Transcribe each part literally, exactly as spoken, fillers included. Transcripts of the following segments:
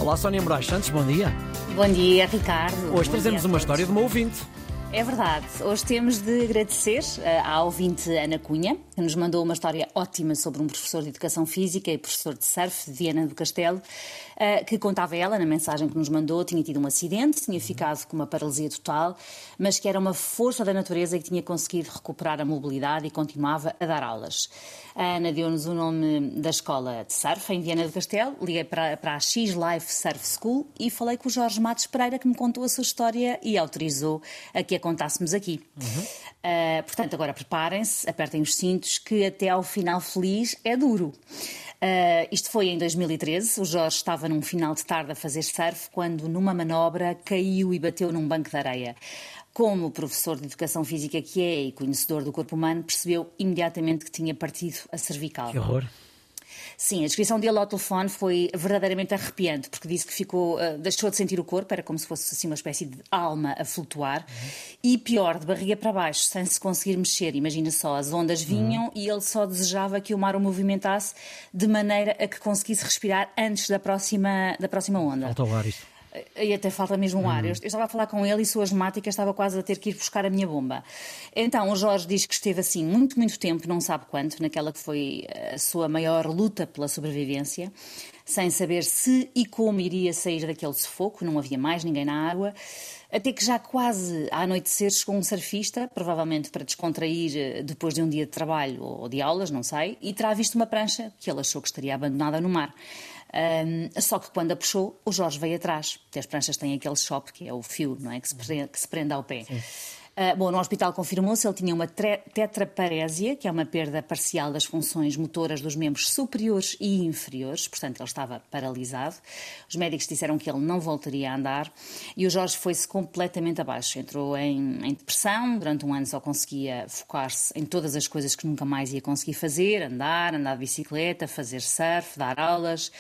Olá, Sónia Moraes Santos, bom dia. Bom dia, Ricardo. Hoje trazemos uma história de uma ouvinte. É verdade. Hoje temos de agradecer à ouvinte Ana Cunha, que nos mandou uma história ótima sobre um professor de Educação Física e professor de surf de Viana do Castelo, que contava ela, na mensagem que nos mandou, tinha tido um acidente, tinha ficado com uma paralisia total, mas que era uma força da natureza e que tinha conseguido recuperar a mobilidade e continuava a dar aulas. A Ana deu-nos o nome da escola de surf em Viana do Castelo, liguei para, para a X-Life Surf School e falei com o Jorge Matos Pereira, que me contou a sua história e autorizou a que a contássemos aqui. Uhum. Uh, portanto, agora preparem-se, apertem os cintos, que até ao final feliz é duro. Uh, isto foi em dois mil e treze, o Jorge estava num final de tarde a fazer surf quando, numa manobra, caiu e bateu num banco de areia. Como professor de Educação Física que é e conhecedor do corpo humano, percebeu imediatamente que tinha partido a cervical. Que horror! Sim, a descrição dele ao telefone foi verdadeiramente arrepiante, porque disse que ficou, uh, deixou de sentir o corpo, era como se fosse assim uma espécie de alma a flutuar, uhum. E pior, de barriga para baixo, sem se conseguir mexer. Imagina só, as ondas vinham, uhum. E ele só desejava que o mar o movimentasse de maneira a que conseguisse respirar antes da próxima, da próxima onda. Falta o ar isto. E até falta mesmo um ar. Hum. Eu, eu estava a falar com ele e sou asmática, estava quase a ter que ir buscar a minha bomba. Então, o Jorge diz que esteve assim muito, muito tempo, não sabe quanto, naquela que foi a sua maior luta pela sobrevivência, sem saber se e como iria sair daquele sufoco, não havia mais ninguém na água, até que já quase a anoitecer chegou um surfista, provavelmente para descontrair depois de um dia de trabalho ou de aulas, não sei, e terá visto uma prancha que ele achou que estaria abandonada no mar. Um, só que quando a puxou, o Jorge veio atrás, porque as pranchas têm aquele chope que é o fio, não é? Que se prende, que se prende ao pé. Uh, bom, no hospital confirmou-se, ele tinha uma tetraparésia, que é uma perda parcial das funções motoras dos membros superiores e inferiores, portanto ele estava paralisado. Os médicos disseram que ele não voltaria a andar e o Jorge foi-se completamente abaixo. Entrou em, em depressão, durante um ano só conseguia focar-se em todas as coisas que nunca mais ia conseguir fazer, andar, andar de bicicleta, fazer surf, dar aulas,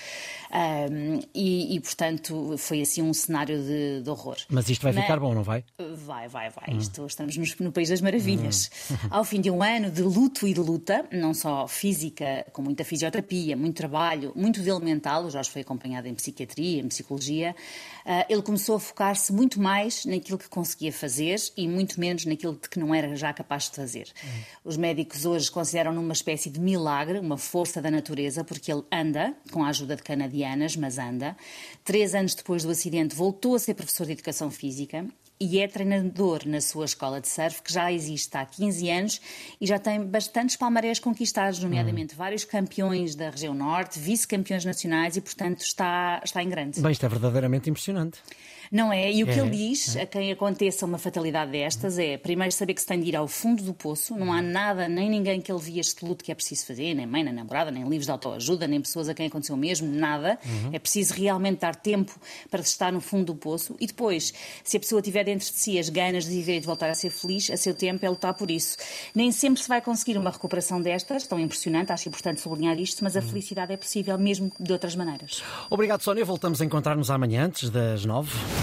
um, e, e portanto foi assim um cenário de, de horror. Mas isto vai Mas, ficar bom, não vai? Vai, vai, vai. Hum. Isto estamos no, no País das Maravilhas. Hum. Ao fim de um ano de luto e de luta, não só física, com muita fisioterapia, muito trabalho, muito dele mental, o Jorge foi acompanhado em psiquiatria, em psicologia, uh, ele começou a focar-se muito mais naquilo que conseguia fazer e muito menos naquilo de que não era já capaz de fazer. Hum. Os médicos hoje consideram-no uma espécie de milagre, uma força da natureza, porque ele anda, com a ajuda de canadianas, mas anda. Três anos depois do acidente voltou a ser professor de Educação Física e é treinador na sua escola de surf, que já existe há quinze anos e já tem bastantes palmarés conquistados, nomeadamente hum. vários campeões da região norte, vice-campeões nacionais e, portanto, está, está em grande. Bem, isto é verdadeiramente impressionante. Não é? E o que é, ele diz é. a quem aconteça uma fatalidade destas é, primeiro, saber que se tem de ir ao fundo do poço, não há nada, nem ninguém que ele via este luto que é preciso fazer, nem mãe, nem namorada, nem livros de autoajuda, nem pessoas a quem aconteceu mesmo, nada. Uhum. É preciso realmente dar tempo para se estar no fundo do poço e depois, se a pessoa tiver dentro de si as ganas de viver e de voltar a ser feliz, a seu tempo é lutar por isso. Nem sempre se vai conseguir uma recuperação destas, tão impressionante, acho importante sublinhar isto, mas a uhum. felicidade é possível mesmo de outras maneiras. Obrigado, Sónia. Voltamos a encontrar-nos amanhã, antes das nove.